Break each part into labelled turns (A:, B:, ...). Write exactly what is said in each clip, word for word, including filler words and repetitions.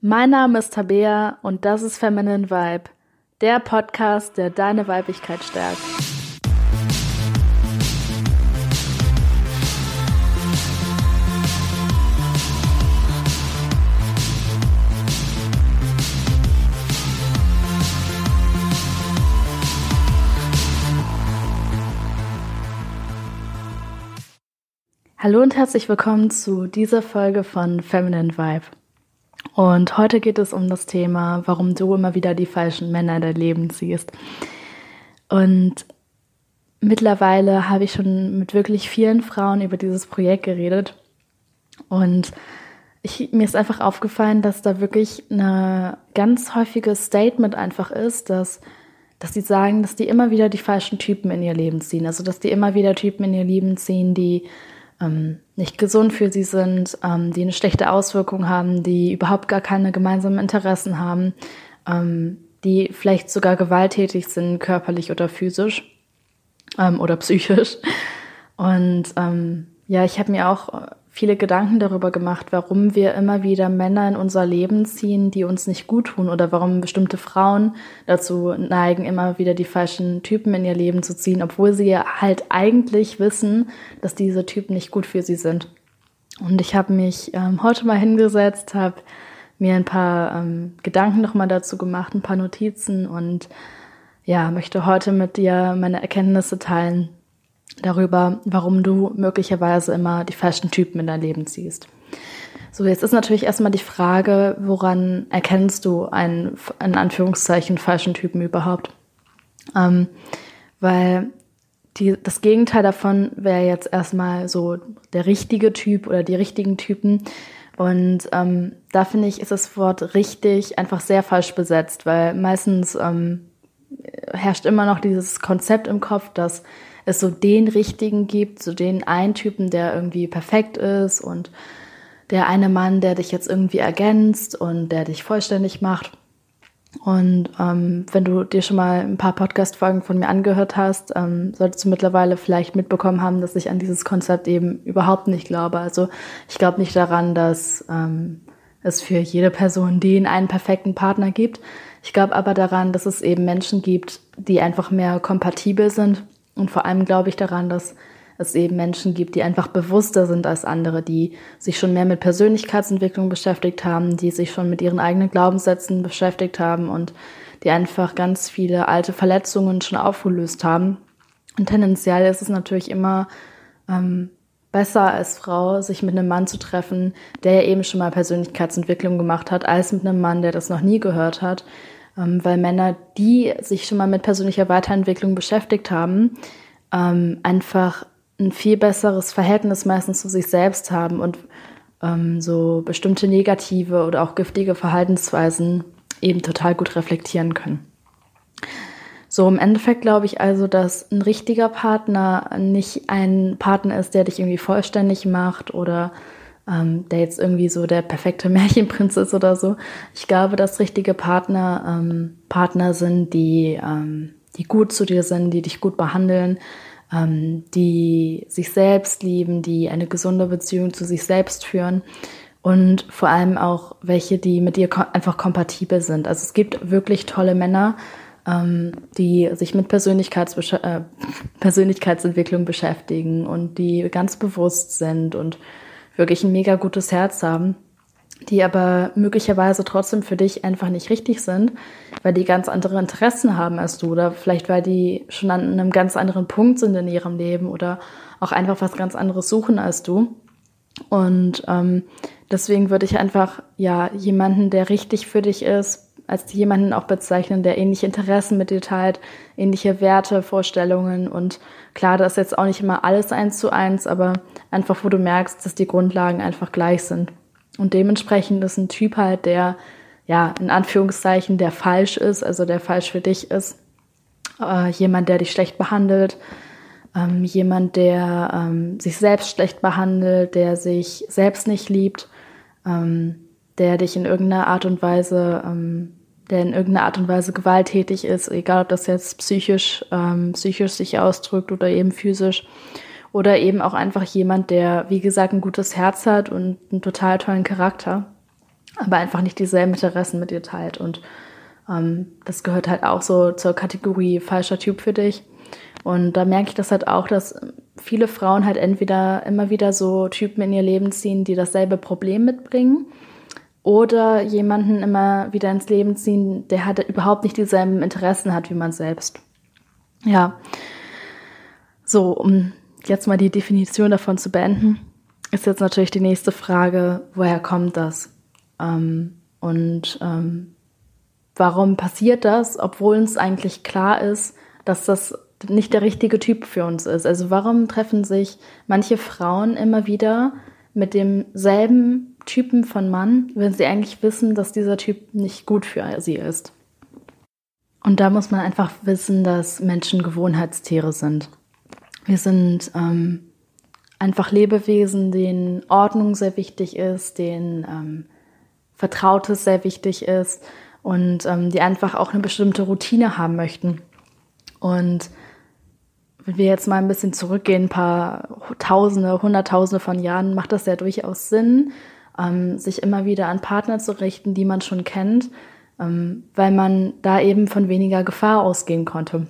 A: Mein Name ist Tabea und das ist Feminine Vibe, der Podcast, der deine Weiblichkeit stärkt. Hallo und herzlich willkommen zu dieser Folge von Feminine Vibe. Und heute geht es um das Thema, warum du immer wieder die falschen Männer in dein Leben ziehst. Und mittlerweile habe ich schon mit wirklich vielen Frauen über dieses Projekt geredet. Und ich, mir ist einfach aufgefallen, dass da wirklich eine ganz häufiges Statement einfach ist, dass, dass die sagen, dass die immer wieder die falschen Typen in ihr Leben ziehen. Also dass die immer wieder Typen in ihr Leben ziehen, die ähm, nicht gesund für sie sind, ähm, die eine schlechte Auswirkung haben, die überhaupt gar keine gemeinsamen Interessen haben, ähm, die vielleicht sogar gewalttätig sind, körperlich oder physisch ähm, oder psychisch. Und ähm, ja, ich habe mir auch viele Gedanken darüber gemacht, warum wir immer wieder Männer in unser Leben ziehen, die uns nicht gut tun, oder warum bestimmte Frauen dazu neigen, immer wieder die falschen Typen in ihr Leben zu ziehen, obwohl sie ja halt eigentlich wissen, dass diese Typen nicht gut für sie sind. Und ich habe mich ähm, heute mal hingesetzt, habe mir ein paar ähm, Gedanken nochmal dazu gemacht, ein paar Notizen und ja, möchte heute mit dir meine Erkenntnisse teilen darüber, warum du möglicherweise immer die falschen Typen in dein Leben ziehst. So, jetzt ist natürlich erstmal die Frage, woran erkennst du einen, in Anführungszeichen, falschen Typen überhaupt? Ähm, weil die, das Gegenteil davon wäre jetzt erstmal so der richtige Typ oder die richtigen Typen. Und ähm, da finde ich, ist das Wort richtig einfach sehr falsch besetzt, weil meistens ähm, herrscht immer noch dieses Konzept im Kopf, dass es so den Richtigen gibt, so den einen Typen, der irgendwie perfekt ist und der eine Mann, der dich jetzt irgendwie ergänzt und der dich vollständig macht. Und ähm, wenn du dir schon mal ein paar Podcast-Folgen von mir angehört hast, ähm, solltest du mittlerweile vielleicht mitbekommen haben, dass ich an dieses Konzept eben überhaupt nicht glaube. Also ich glaube nicht daran, dass ähm, es für jede Person den einen perfekten Partner gibt. Ich glaube aber daran, dass es eben Menschen gibt, die einfach mehr kompatibel sind. Und vor allem glaube ich daran, dass es eben Menschen gibt, die einfach bewusster sind als andere, die sich schon mehr mit Persönlichkeitsentwicklung beschäftigt haben, die sich schon mit ihren eigenen Glaubenssätzen beschäftigt haben und die einfach ganz viele alte Verletzungen schon aufgelöst haben. Und tendenziell ist es natürlich immer ähm, besser als Frau, sich mit einem Mann zu treffen, der eben schon mal Persönlichkeitsentwicklung gemacht hat, als mit einem Mann, der das noch nie gehört hat. Ähm, weil Männer, die sich schon mal mit persönlicher Weiterentwicklung beschäftigt haben, ähm, einfach ein viel besseres Verhältnis meistens zu sich selbst haben und ähm, so bestimmte negative oder auch giftige Verhaltensweisen eben total gut reflektieren können. So, im Endeffekt glaube ich also, dass ein richtiger Partner nicht ein Partner ist, der dich irgendwie vollständig macht oder ähm, der jetzt irgendwie so der perfekte Märchenprinz ist oder so. Ich glaube, dass richtige Partner ähm, Partner sind, die, ähm, die gut zu dir sind, die dich gut behandeln, ähm, die sich selbst lieben, die eine gesunde Beziehung zu sich selbst führen und vor allem auch welche, die mit dir ko- einfach kompatibel sind. Also es gibt wirklich tolle Männer, ähm, die sich mit Persönlichkeitsbesch- äh, Persönlichkeitsentwicklung beschäftigen und die ganz bewusst sind und wirklich ein mega gutes Herz haben, die aber möglicherweise trotzdem für dich einfach nicht richtig sind, weil die ganz andere Interessen haben als du oder vielleicht weil die schon an einem ganz anderen Punkt sind in ihrem Leben oder auch einfach was ganz anderes suchen als du. Und ähm, deswegen würde ich einfach ja jemanden, der richtig für dich ist, als jemanden auch bezeichnen, der ähnliche Interessen mit dir teilt, ähnliche Werte, Vorstellungen und klar, das ist jetzt auch nicht immer alles eins zu eins, aber einfach, wo du merkst, dass die Grundlagen einfach gleich sind. Und dementsprechend ist ein Typ halt, der, ja, in Anführungszeichen, der falsch ist, also der falsch für dich ist, äh, jemand, der dich schlecht behandelt, ähm, jemand, der ähm, sich selbst schlecht behandelt, der sich selbst nicht liebt, ähm, der dich in irgendeiner Art und Weise, ähm, der in irgendeiner Art und Weise gewalttätig ist, egal ob das jetzt psychisch, ähm, psychisch sich ausdrückt oder eben physisch. Oder eben auch einfach jemand, der, wie gesagt, ein gutes Herz hat und einen total tollen Charakter. aber einfach nicht dieselben Interessen mit dir teilt. Und ähm, das gehört halt auch so zur Kategorie falscher Typ für dich. Und da merke ich das halt auch, dass viele Frauen halt entweder immer wieder so Typen in ihr Leben ziehen, die dasselbe Problem mitbringen, oder jemanden immer wieder ins Leben ziehen, der halt überhaupt nicht dieselben Interessen hat wie man selbst. Ja, so, um jetzt mal die Definition davon zu beenden, ist jetzt natürlich die nächste Frage, woher kommt das? Ähm, und ähm, warum passiert das, obwohl uns eigentlich klar ist, dass das nicht der richtige Typ für uns ist? Also warum treffen sich manche Frauen immer wieder mit demselben Typen von Mann, wenn sie eigentlich wissen, dass dieser Typ nicht gut für sie ist? Und da muss man einfach wissen, dass Menschen Gewohnheitstiere sind. Wir sind ähm, einfach Lebewesen, denen Ordnung sehr wichtig ist, denen ähm, Vertrautes sehr wichtig ist und ähm, die einfach auch eine bestimmte Routine haben möchten. Und wenn wir jetzt mal ein bisschen zurückgehen, ein paar Tausende, Hunderttausende von Jahren, macht das ja durchaus Sinn, ähm, sich immer wieder an Partner zu richten, die man schon kennt, ähm, weil man da eben von weniger Gefahr ausgehen konnte.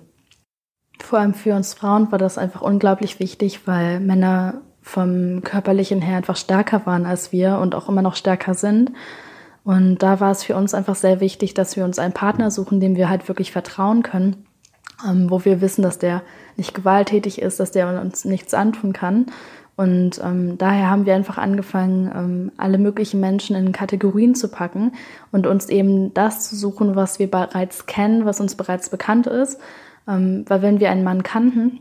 A: Vor allem für uns Frauen war das einfach unglaublich wichtig, weil Männer vom Körperlichen her einfach stärker waren als wir und auch immer noch stärker sind. Und da war es für uns einfach sehr wichtig, dass wir uns einen Partner suchen, dem wir halt wirklich vertrauen können, ähm, wo wir wissen, dass der nicht gewalttätig ist, dass der uns nichts antun kann. Und ähm, daher haben wir einfach angefangen, ähm, alle möglichen Menschen in Kategorien zu packen und uns eben das zu suchen, was wir bereits kennen, was uns bereits bekannt ist. Ähm, weil wenn wir einen Mann kannten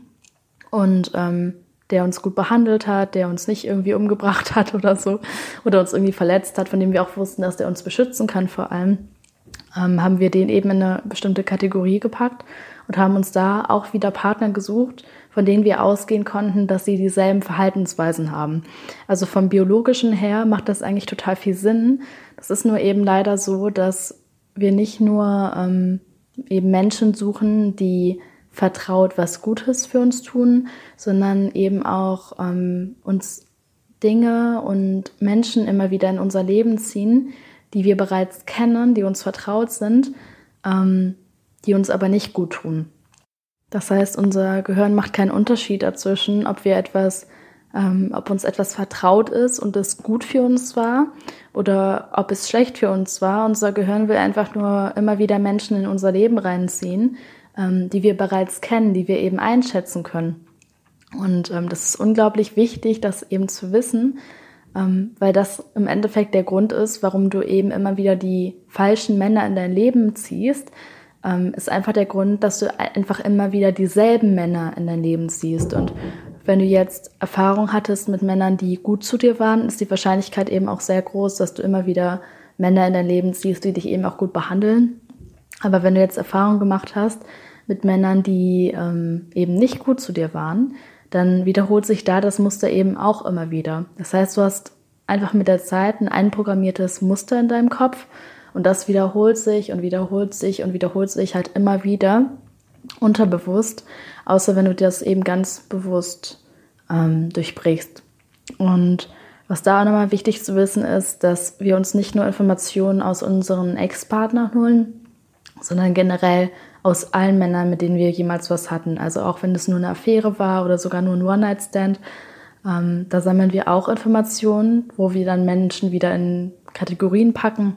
A: und ähm, der uns gut behandelt hat, der uns nicht irgendwie umgebracht hat oder so oder uns irgendwie verletzt hat, von dem wir auch wussten, dass der uns beschützen kann vor allem, ähm, haben wir den eben in eine bestimmte Kategorie gepackt und haben uns da auch wieder Partner gesucht, von denen wir ausgehen konnten, dass sie dieselben Verhaltensweisen haben. Also vom Biologischen her macht das eigentlich total viel Sinn. Das ist nur eben leider so, dass wir nicht nur ähm, eben Menschen suchen, die vertraut was Gutes für uns tun, sondern eben auch ähm, uns Dinge und Menschen immer wieder in unser Leben ziehen, die wir bereits kennen, die uns vertraut sind, ähm, die uns aber nicht gut tun. Das heißt, unser Gehirn macht keinen Unterschied dazwischen, ob wir etwas, ähm, ob uns etwas vertraut ist und es gut für uns war oder ob es schlecht für uns war. Unser Gehirn will einfach nur immer wieder Menschen in unser Leben reinziehen, ähm, die wir bereits kennen, die wir eben einschätzen können. Und ähm, das ist unglaublich wichtig, das eben zu wissen, ähm, weil das im Endeffekt der Grund ist, warum du eben immer wieder die falschen Männer in dein Leben ziehst, ähm, ist einfach der Grund, dass du einfach immer wieder dieselben Männer in dein Leben ziehst. Und wenn du jetzt Erfahrung hattest mit Männern, die gut zu dir waren, ist die Wahrscheinlichkeit eben auch sehr groß, dass du immer wieder Männer in dein Leben ziehst, die dich eben auch gut behandeln. Aber wenn du jetzt Erfahrung gemacht hast mit Männern, die ähm, eben nicht gut zu dir waren, dann wiederholt sich da das Muster eben auch immer wieder. Das heißt, du hast einfach mit der Zeit ein einprogrammiertes Muster in deinem Kopf und das wiederholt sich und wiederholt sich und wiederholt sich halt immer wieder unterbewusst, außer wenn du das eben ganz bewusst ähm, durchbrichst. Und was da auch nochmal wichtig zu wissen ist, dass wir uns nicht nur Informationen aus unseren Ex-Partnern holen, sondern generell aus allen Männern, mit denen wir jemals was hatten. Also auch wenn es nur eine Affäre war oder sogar nur ein One-Night-Stand, ähm, da sammeln wir auch Informationen, wo wir dann Menschen wieder in Kategorien packen.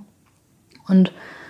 A: Und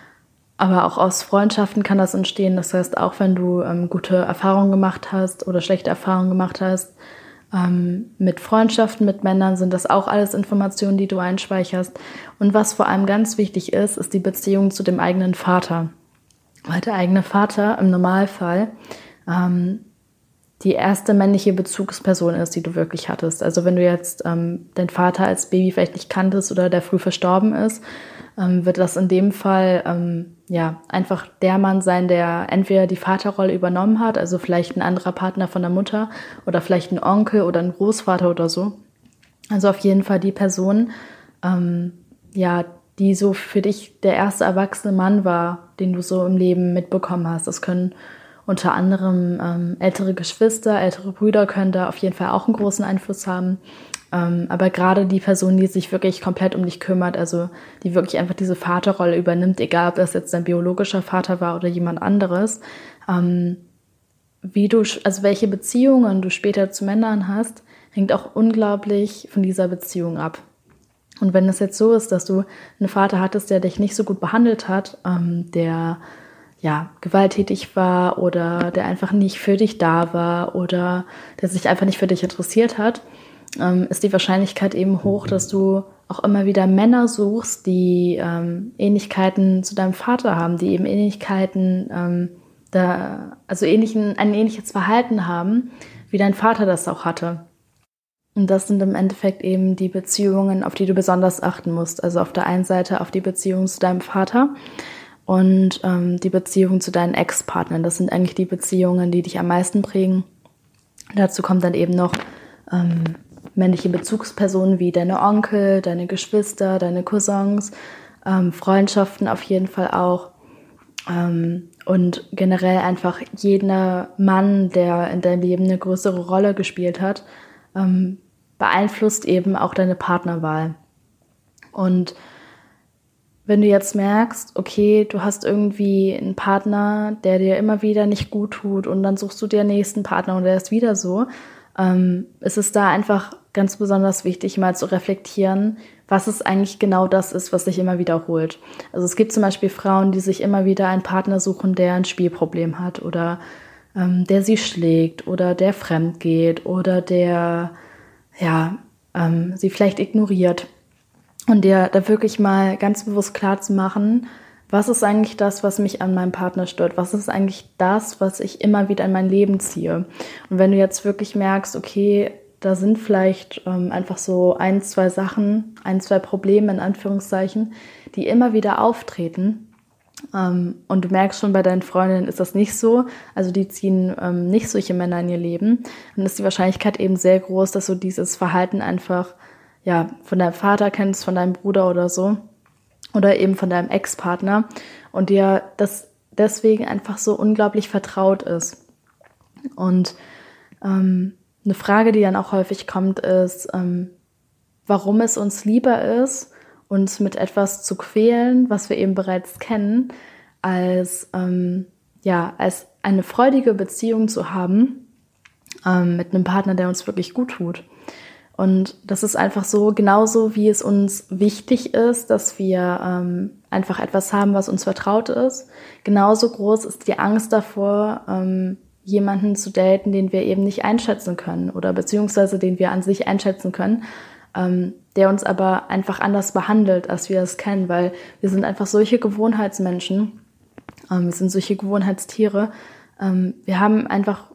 A: aber auch aus Freundschaften kann das entstehen. Das heißt, auch wenn du ähm, gute Erfahrungen gemacht hast oder schlechte Erfahrungen gemacht hast, ähm, mit Freundschaften, mit Männern, sind das auch alles Informationen, die du einspeicherst. Und was vor allem ganz wichtig ist, ist die Beziehung zu dem eigenen Vater. Weil der eigene Vater im Normalfall ähm, die erste männliche Bezugsperson ist, die du wirklich hattest. Also wenn du jetzt ähm, deinen Vater als Baby vielleicht nicht kanntest oder der früh verstorben ist, ähm, wird das in dem Fall ähm, ja einfach der Mann sein, der entweder die Vaterrolle übernommen hat, also vielleicht ein anderer Partner von der Mutter oder vielleicht ein Onkel oder ein Großvater oder so. Also auf jeden Fall die Person, ähm, ja, die so für dich der erste erwachsene Mann war, den du so im Leben mitbekommen hast. Das können unter anderem ähm, ältere Geschwister, ältere Brüder können da auf jeden Fall auch einen großen Einfluss haben. Ähm, aber gerade die Person, die sich wirklich komplett um dich kümmert, also die wirklich einfach diese Vaterrolle übernimmt, egal ob das jetzt dein biologischer Vater war oder jemand anderes, ähm, wie du, also welche Beziehungen du später zu Männern hast, hängt auch unglaublich von dieser Beziehung ab. Und wenn es jetzt so ist, dass du einen Vater hattest, der dich nicht so gut behandelt hat, ähm, der ja gewalttätig war oder der einfach nicht für dich da war oder der sich einfach nicht für dich interessiert hat, ähm, ist die Wahrscheinlichkeit eben hoch, dass du auch immer wieder Männer suchst, die ähm, Ähnlichkeiten zu deinem Vater haben, die eben Ähnlichkeiten, ähm, da, also ähnlichen, ein ähnliches Verhalten haben, wie dein Vater das auch hatte. Und das sind im Endeffekt eben die Beziehungen, auf die du besonders achten musst. Also auf der einen Seite auf die Beziehung zu deinem Vater und ähm, die Beziehung zu deinen Ex-Partnern. Das sind eigentlich die Beziehungen, die dich am meisten prägen. Dazu kommt dann eben noch ähm, männliche Bezugspersonen wie deine Onkel, deine Geschwister, deine Cousins, ähm, Freundschaften auf jeden Fall auch. Ähm, und generell einfach jeder Mann, der in deinem Leben eine größere Rolle gespielt hat, ähm, beeinflusst eben auch deine Partnerwahl. Und wenn du jetzt merkst, okay, du hast irgendwie einen Partner, der dir immer wieder nicht gut tut und dann suchst du dir den nächsten Partner und der ist wieder so, ähm, ist es da einfach ganz besonders wichtig, mal zu reflektieren, was es eigentlich genau das ist, was sich immer wiederholt. Also es gibt zum Beispiel Frauen, die sich immer wieder einen Partner suchen, der ein Spielproblem hat oder ähm, der sie schlägt oder der fremd geht oder der ja, ähm, sie vielleicht ignoriert. Und dir da wirklich mal ganz bewusst klar zu machen, was ist eigentlich das, was mich an meinem Partner stört? Was ist eigentlich das, was ich immer wieder in mein Leben ziehe? Und wenn du jetzt wirklich merkst, okay, da sind vielleicht ähm, einfach so ein, zwei Sachen, ein, zwei Probleme in Anführungszeichen, die immer wieder auftreten, ähm, und du merkst schon, bei deinen Freundinnen ist das nicht so, also die ziehen ähm, nicht solche Männer in ihr Leben, dann ist die Wahrscheinlichkeit eben sehr groß, dass du dieses Verhalten einfach ja, von deinem Vater kennst, von deinem Bruder oder so oder eben von deinem Ex-Partner und dir das deswegen einfach so unglaublich vertraut ist. Und ähm, eine Frage, die dann auch häufig kommt, ist, ähm, warum es uns lieber ist, uns mit etwas zu quälen, was wir eben bereits kennen, als, ähm, ja, als eine freudige Beziehung zu haben ähm, mit einem Partner, der uns wirklich gut tut. Und das ist einfach so, genauso wie es uns wichtig ist, dass wir ähm, einfach etwas haben, was uns vertraut ist. Genauso groß ist die Angst davor, ähm, jemanden zu daten, den wir eben nicht einschätzen können oder beziehungsweise den wir an sich einschätzen können, ähm, der uns aber einfach anders behandelt, als wir es kennen, weil wir sind einfach solche Gewohnheitsmenschen, ähm, wir sind solche Gewohnheitstiere. Ähm, wir haben einfach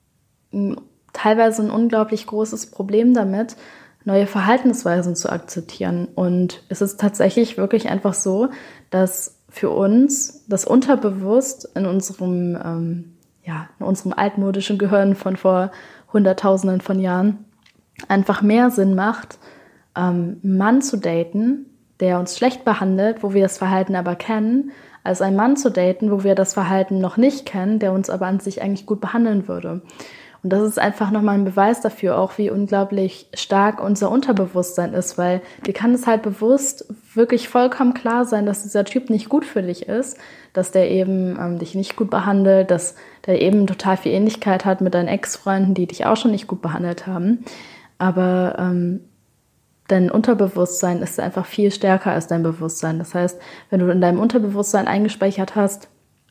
A: ein teilweise ein unglaublich großes Problem damit, neue Verhaltensweisen zu akzeptieren. Und es ist tatsächlich wirklich einfach so, dass für uns das unterbewusst in unserem, ähm, ja, in unserem altmodischen Gehirn von vor Hunderttausenden von Jahren einfach mehr Sinn macht, ähm, einen Mann zu daten, der uns schlecht behandelt, wo wir das Verhalten aber kennen, als einen Mann zu daten, wo wir das Verhalten noch nicht kennen, der uns aber an sich eigentlich gut behandeln würde. Und das ist einfach nochmal ein Beweis dafür, auch wie unglaublich stark unser Unterbewusstsein ist, weil dir kann es halt bewusst wirklich vollkommen klar sein, dass dieser Typ nicht gut für dich ist, dass der eben ähm, dich nicht gut behandelt, dass der eben total viel Ähnlichkeit hat mit deinen Ex-Freunden, die dich auch schon nicht gut behandelt haben. Aber ähm, dein Unterbewusstsein ist einfach viel stärker als dein Bewusstsein. Das heißt, wenn du in deinem Unterbewusstsein eingespeichert hast,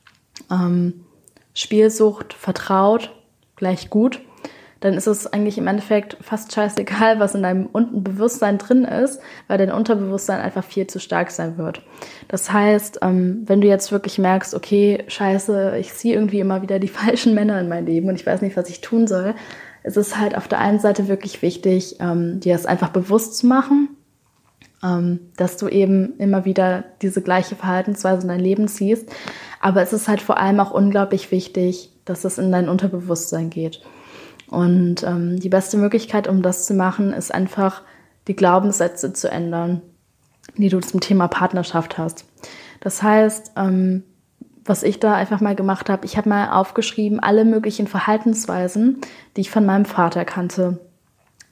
A: ähm, Spielsucht, vertraut, gleich gut, dann ist es eigentlich im Endeffekt fast scheißegal, was in deinem Unterbewusstsein drin ist, weil dein Unterbewusstsein einfach viel zu stark sein wird. Das heißt, wenn du jetzt wirklich merkst, okay, scheiße, ich ziehe irgendwie immer wieder die falschen Männer in mein Leben und ich weiß nicht, was ich tun soll, es ist halt auf der einen Seite wirklich wichtig, dir das einfach bewusst zu machen, dass du eben immer wieder diese gleiche Verhaltensweise in dein Leben ziehst. Aber es ist halt vor allem auch unglaublich wichtig, dass es in dein Unterbewusstsein geht. Und ähm, die beste Möglichkeit, um das zu machen, ist einfach, die Glaubenssätze zu ändern, die du zum Thema Partnerschaft hast. Das heißt, ähm, was ich da einfach mal gemacht habe, ich habe mal aufgeschrieben, alle möglichen Verhaltensweisen, die ich von meinem Vater kannte.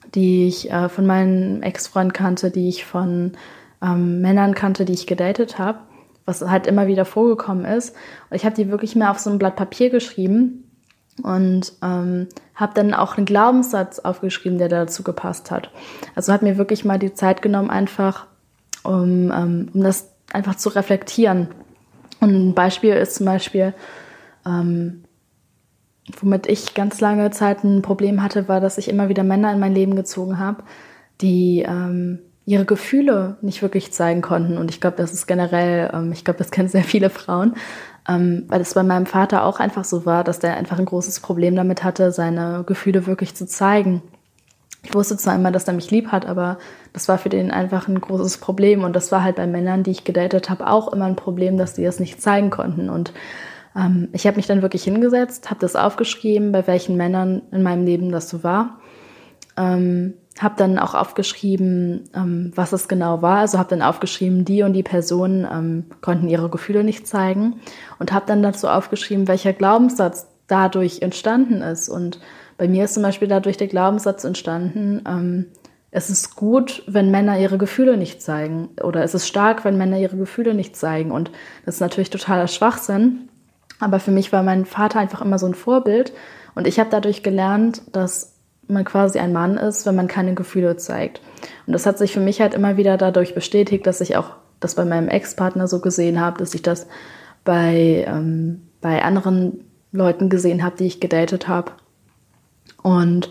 A: die ich äh, von meinem Ex-Freund kannte, die ich von ähm, Männern kannte, die ich gedatet habe, was halt immer wieder vorgekommen ist. Und ich habe die wirklich mehr auf so ein Blatt Papier geschrieben und ähm, habe dann auch einen Glaubenssatz aufgeschrieben, der dazu gepasst hat. Also habe mir wirklich mal die Zeit genommen, einfach um, ähm, um das einfach zu reflektieren. Und ein Beispiel ist zum Beispiel, ähm, womit ich ganz lange Zeit ein Problem hatte, war, dass ich immer wieder Männer in mein Leben gezogen habe, die ähm, ihre Gefühle nicht wirklich zeigen konnten. Und ich glaube, das ist generell, ähm, ich glaube, das kennen sehr viele Frauen, ähm, weil es bei meinem Vater auch einfach so war, dass der einfach ein großes Problem damit hatte, seine Gefühle wirklich zu zeigen. Ich wusste zwar immer, dass er mich lieb hat, aber das war für den einfach ein großes Problem. Und das war halt bei Männern, die ich gedatet habe, auch immer ein Problem, dass die das nicht zeigen konnten. Und ähm, ich habe mich dann wirklich hingesetzt, habe das aufgeschrieben, bei welchen Männern in meinem Leben das so war. Ähm, habe dann auch aufgeschrieben, ähm, was es genau war. Also habe dann aufgeschrieben, die und die Personen ähm, konnten ihre Gefühle nicht zeigen. Und habe dann dazu aufgeschrieben, welcher Glaubenssatz dadurch entstanden ist. Und bei mir ist zum Beispiel dadurch der Glaubenssatz entstanden, ähm, es ist gut, wenn Männer ihre Gefühle nicht zeigen. Oder es ist stark, wenn Männer ihre Gefühle nicht zeigen. Und das ist natürlich totaler Schwachsinn. Aber für mich war mein Vater einfach immer so ein Vorbild. Und ich habe dadurch gelernt, dass man quasi ein Mann ist, wenn man keine Gefühle zeigt. Und das hat sich für mich halt immer wieder dadurch bestätigt, dass ich auch das bei meinem Ex-Partner so gesehen habe, dass ich das bei, ähm, bei anderen Leuten gesehen habe, die ich gedatet habe. Und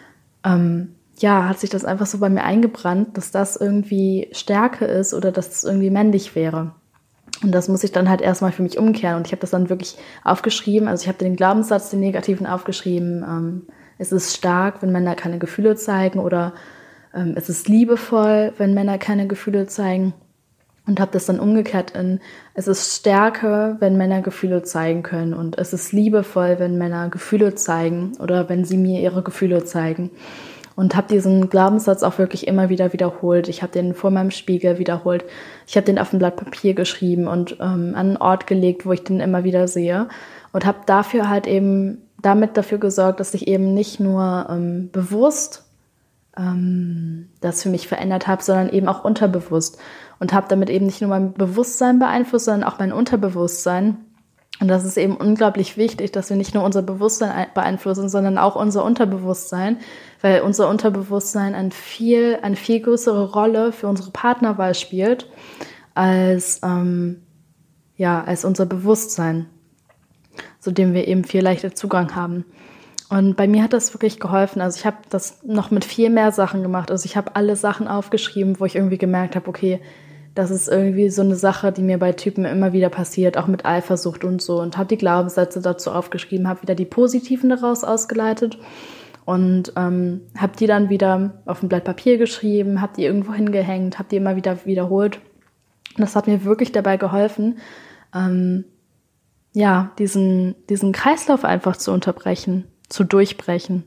A: ähm, ja, hat sich das einfach so bei mir eingebrannt, dass das irgendwie Stärke ist oder dass es irgendwie männlich wäre. Und das muss ich dann halt erstmal für mich umkehren. Und ich habe das dann wirklich aufgeschrieben. Also ich habe den Glaubenssatz, den negativen, aufgeschrieben. Ähm, es ist stark, wenn Männer keine Gefühle zeigen. Oder ähm, es ist liebevoll, wenn Männer keine Gefühle zeigen. Und habe das dann umgekehrt in, es ist Stärke, wenn Männer Gefühle zeigen können. Und es ist liebevoll, wenn Männer Gefühle zeigen oder wenn sie mir ihre Gefühle zeigen. Und habe diesen Glaubenssatz auch wirklich immer wieder wiederholt. Ich habe den vor meinem Spiegel wiederholt. Ich habe den auf ein Blatt Papier geschrieben und ähm, an einen Ort gelegt, wo ich den immer wieder sehe. Und habe dafür halt eben damit dafür gesorgt, dass ich eben nicht nur ähm, bewusst ähm, das für mich verändert habe, sondern eben auch unterbewusst. Und habe damit eben nicht nur mein Bewusstsein beeinflusst, sondern auch mein Unterbewusstsein. Und das ist eben unglaublich wichtig, dass wir nicht nur unser Bewusstsein beeinflussen, sondern auch unser Unterbewusstsein, weil unser Unterbewusstsein ein viel, eine viel größere Rolle für unsere Partnerwahl spielt als, ähm, ja, als unser Bewusstsein, zu dem wir eben viel leichter Zugang haben. Und bei mir hat das wirklich geholfen. Also ich habe das noch mit viel mehr Sachen gemacht. Also ich habe alle Sachen aufgeschrieben, wo ich irgendwie gemerkt habe, okay, das ist irgendwie so eine Sache, die mir bei Typen immer wieder passiert, auch mit Eifersucht und so. Und habe die Glaubenssätze dazu aufgeschrieben, habe wieder die positiven daraus ausgeleitet und ähm, habe die dann wieder auf ein Blatt Papier geschrieben, habe die irgendwo hingehängt, habe die immer wieder wiederholt. Und das hat mir wirklich dabei geholfen, ähm, ja, diesen, diesen Kreislauf einfach zu unterbrechen, zu durchbrechen.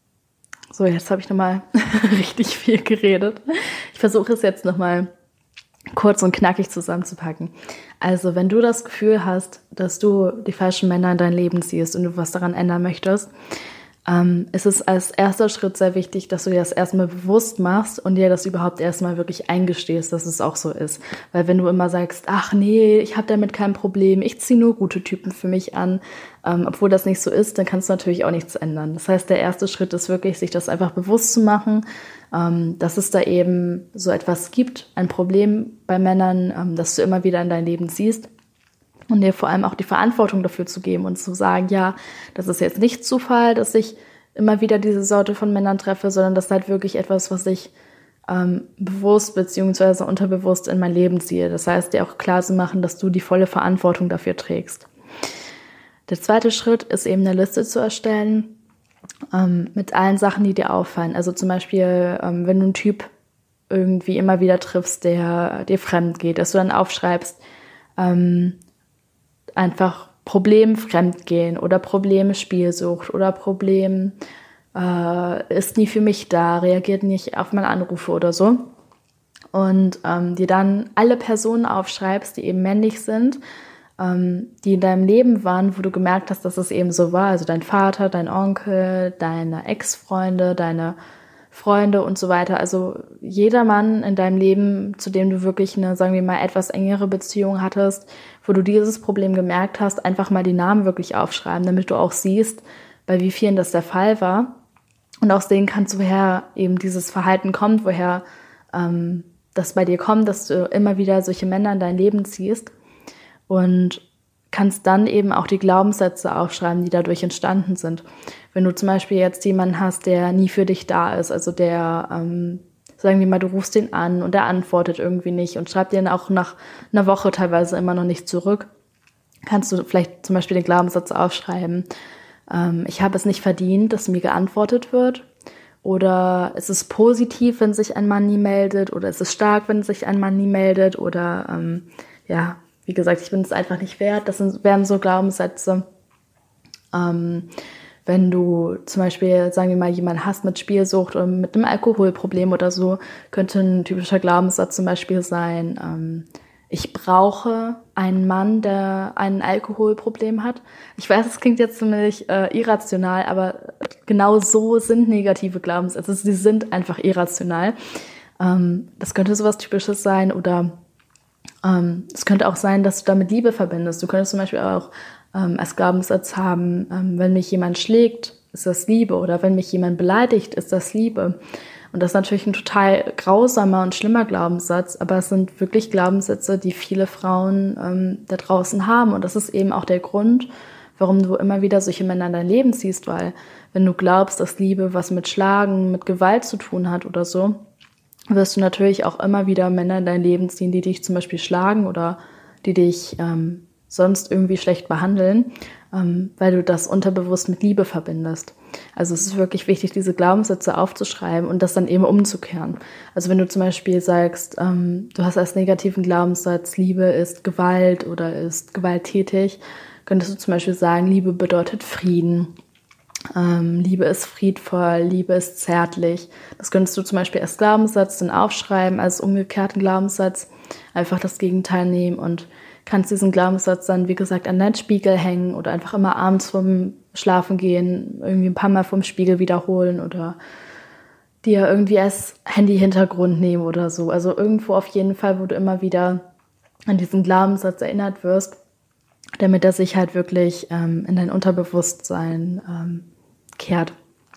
A: So, jetzt habe ich nochmal richtig viel geredet. Ich versuche es jetzt nochmal kurz und knackig zusammenzupacken. Also, wenn du das Gefühl hast, dass du die falschen Männer in dein Leben ziehst und du was daran ändern möchtest, ähm, ist es als erster Schritt sehr wichtig, dass du dir das erstmal bewusst machst und dir das überhaupt erstmal wirklich eingestehst, dass es auch so ist. Weil wenn du immer sagst, ach nee, ich habe damit kein Problem, ich ziehe nur gute Typen für mich an, ähm, obwohl das nicht so ist, dann kannst du natürlich auch nichts ändern. Das heißt, der erste Schritt ist wirklich, sich das einfach bewusst zu machen, ähm, dass es da eben so etwas gibt, ein Problem bei Männern, ähm, das du immer wieder in dein Leben siehst. Und dir vor allem auch die Verantwortung dafür zu geben und zu sagen, ja, das ist jetzt nicht Zufall, dass ich immer wieder diese Sorte von Männern treffe, sondern das ist halt wirklich etwas, was ich ähm, bewusst bzw. unterbewusst in mein Leben ziehe. Das heißt, dir auch klar zu machen, dass du die volle Verantwortung dafür trägst. Der zweite Schritt ist eben eine Liste zu erstellen ähm, mit allen Sachen, die dir auffallen. Also zum Beispiel, ähm, wenn du einen Typ irgendwie immer wieder triffst, der dir fremd geht, dass du dann aufschreibst, ähm, einfach Problem Fremdgehen oder Problem Spielsucht oder Problem äh, ist nie für mich da, reagiert nicht auf meine Anrufe oder so. Und ähm, dir dann alle Personen aufschreibst, die eben männlich sind, ähm, die in deinem Leben waren, wo du gemerkt hast, dass es eben so war. Also dein Vater, dein Onkel, deine Ex-Freunde, deine Freunde und so weiter. Also jeder Mann in deinem Leben, zu dem du wirklich eine, sagen wir mal, etwas engere Beziehung hattest, wo du dieses Problem gemerkt hast, einfach mal die Namen wirklich aufschreiben, damit du auch siehst, bei wie vielen das der Fall war und auch sehen kannst, woher eben dieses Verhalten kommt, woher ähm, das bei dir kommt, dass du immer wieder solche Männer in dein Leben ziehst und kannst dann eben auch die Glaubenssätze aufschreiben, die dadurch entstanden sind. Wenn du zum Beispiel jetzt jemanden hast, der nie für dich da ist, also der, ähm, sagen wir mal, du rufst ihn an und er antwortet irgendwie nicht und schreibt dir dann auch nach einer Woche teilweise immer noch nicht zurück, kannst du vielleicht zum Beispiel den Glaubenssatz aufschreiben, ähm, ich habe es nicht verdient, dass mir geantwortet wird, oder es ist positiv, wenn sich ein Mann nie meldet, oder es ist stark, wenn sich ein Mann nie meldet, oder ähm, ja, wie gesagt, ich bin es einfach nicht wert. Das sind, wären so Glaubenssätze. Ähm, wenn du zum Beispiel, sagen wir mal, jemanden hast mit Spielsucht oder mit einem Alkoholproblem oder so, könnte ein typischer Glaubenssatz zum Beispiel sein, ähm, ich brauche einen Mann, der ein Alkoholproblem hat. Ich weiß, es klingt jetzt ziemlich äh, irrational, aber genau so sind negative Glaubenssätze. Also sie sind einfach irrational. Ähm, das könnte sowas Typisches sein, oder ähm, es könnte auch sein, dass du damit Liebe verbindest. Du könntest zum Beispiel auch ähm, als Glaubenssatz haben, ähm, wenn mich jemand schlägt, ist das Liebe, oder wenn mich jemand beleidigt, ist das Liebe. Und das ist natürlich ein total grausamer und schlimmer Glaubenssatz, aber es sind wirklich Glaubenssätze, die viele Frauen ähm, da draußen haben. Und das ist eben auch der Grund, warum du immer wieder solche Männer in dein Leben ziehst, weil wenn du glaubst, dass Liebe was mit Schlagen, mit Gewalt zu tun hat oder so, wirst du natürlich auch immer wieder Männer in dein Leben ziehen, die dich zum Beispiel schlagen oder die dich ähm, sonst irgendwie schlecht behandeln, ähm, weil du das unterbewusst mit Liebe verbindest. Also es ist wirklich wichtig, diese Glaubenssätze aufzuschreiben und das dann eben umzukehren. Also wenn du zum Beispiel sagst, ähm, du hast als negativen Glaubenssatz, Liebe ist Gewalt oder ist gewalttätig, könntest du zum Beispiel sagen, Liebe bedeutet Frieden. Ähm, Liebe ist friedvoll, Liebe ist zärtlich. Das könntest du zum Beispiel als Glaubenssatz dann aufschreiben, als umgekehrten Glaubenssatz, einfach das Gegenteil nehmen und kannst diesen Glaubenssatz dann, wie gesagt, an deinen Spiegel hängen oder einfach immer abends vorm Schlafen gehen, irgendwie ein paar Mal vom Spiegel wiederholen oder dir irgendwie als Handy-Hintergrund nehmen oder so. Also irgendwo auf jeden Fall, wo du immer wieder an diesen Glaubenssatz erinnert wirst, damit er sich halt wirklich ähm, in dein Unterbewusstsein ähm, kehrt.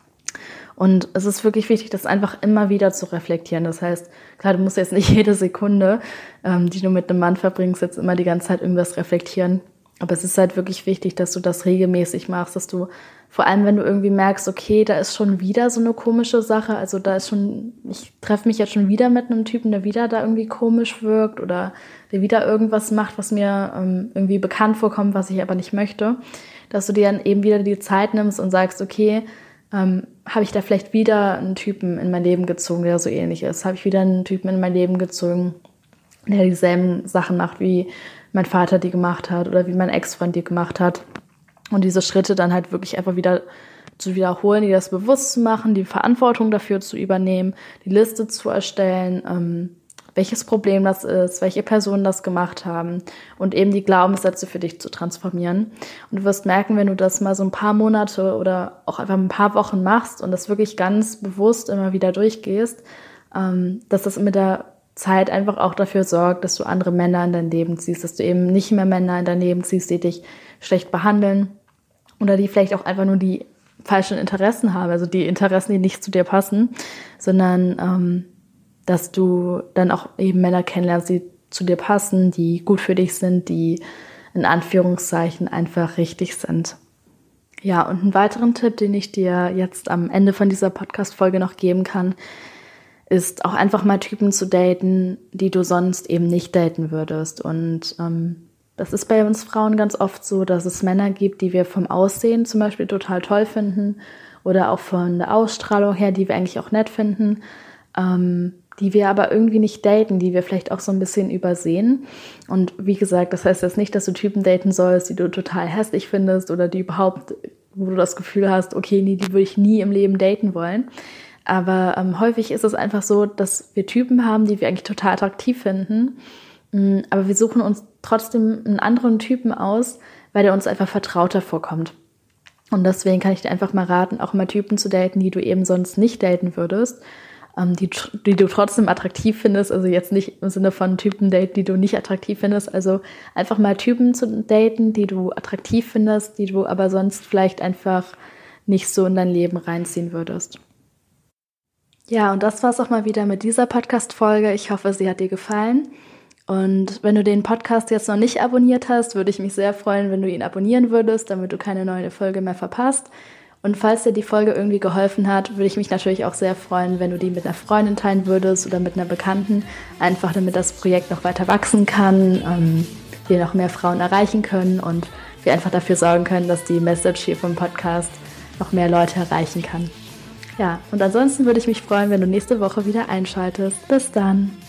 A: Und es ist wirklich wichtig, das einfach immer wieder zu reflektieren. Das heißt, klar, du musst jetzt nicht jede Sekunde, ähm, die du mit einem Mann verbringst, jetzt immer die ganze Zeit irgendwas reflektieren. Aber es ist halt wirklich wichtig, dass du das regelmäßig machst, dass du, vor allem wenn du irgendwie merkst, okay, da ist schon wieder so eine komische Sache, also da ist schon, ich treffe mich jetzt schon wieder mit einem Typen, der wieder da irgendwie komisch wirkt oder der wieder irgendwas macht, was mir ähm, irgendwie bekannt vorkommt, was ich aber nicht möchte, dass du dir dann eben wieder die Zeit nimmst und sagst, okay, ähm, habe ich da vielleicht wieder einen Typen in mein Leben gezogen, der so ähnlich ist? Habe ich wieder einen Typen in mein Leben gezogen, der dieselben Sachen macht, wie mein Vater die gemacht hat oder wie mein Ex-Freund die gemacht hat? Und diese Schritte dann halt wirklich einfach wieder zu wiederholen, dir das bewusst zu machen, die Verantwortung dafür zu übernehmen, die Liste zu erstellen, ähm, welches Problem das ist, welche Personen das gemacht haben und eben die Glaubenssätze für dich zu transformieren. Und du wirst merken, wenn du das mal so ein paar Monate oder auch einfach ein paar Wochen machst und das wirklich ganz bewusst immer wieder durchgehst, ähm, dass das mit der Zeit einfach auch dafür sorgt, dass du andere Männer in dein Leben ziehst, dass du eben nicht mehr Männer in dein Leben ziehst, die dich schlecht behandeln oder die vielleicht auch einfach nur die falschen Interessen haben, also die Interessen, die nicht zu dir passen, sondern ähm, dass du dann auch eben Männer kennenlernst, die zu dir passen, die gut für dich sind, die in Anführungszeichen einfach richtig sind. Ja, und einen weiteren Tipp, den ich dir jetzt am Ende von dieser Podcast-Folge noch geben kann, ist auch einfach mal Typen zu daten, die du sonst eben nicht daten würdest. Und ähm, das ist bei uns Frauen ganz oft so, dass es Männer gibt, die wir vom Aussehen zum Beispiel total toll finden oder auch von der Ausstrahlung her, die wir eigentlich auch nett finden, ähm, die wir aber irgendwie nicht daten, die wir vielleicht auch so ein bisschen übersehen. Und wie gesagt, das heißt jetzt nicht, dass du Typen daten sollst, die du total hässlich findest oder die überhaupt, wo du das Gefühl hast, okay, nee, die würde ich nie im Leben daten wollen. Aber ähm, häufig ist es einfach so, dass wir Typen haben, die wir eigentlich total attraktiv finden. Ähm, aber wir suchen uns trotzdem einen anderen Typen aus, weil der uns einfach vertrauter vorkommt. Und deswegen kann ich dir einfach mal raten, auch mal Typen zu daten, die du eben sonst nicht daten würdest, ähm, die, die du trotzdem attraktiv findest. Also jetzt nicht im Sinne von Typen daten, die du nicht attraktiv findest. Also einfach mal Typen zu daten, die du attraktiv findest, die du aber sonst vielleicht einfach nicht so in dein Leben reinziehen würdest. Ja, und das war's auch mal wieder mit dieser Podcast-Folge. Ich hoffe, sie hat dir gefallen. Und wenn du den Podcast jetzt noch nicht abonniert hast, würde ich mich sehr freuen, wenn du ihn abonnieren würdest, damit du keine neue Folge mehr verpasst. Und falls dir die Folge irgendwie geholfen hat, würde ich mich natürlich auch sehr freuen, wenn du die mit einer Freundin teilen würdest oder mit einer Bekannten, einfach damit das Projekt noch weiter wachsen kann, ähm, wir noch mehr Frauen erreichen können und wir einfach dafür sorgen können, dass die Message hier vom Podcast noch mehr Leute erreichen kann. Ja, und ansonsten würde ich mich freuen, wenn du nächste Woche wieder einschaltest. Bis dann!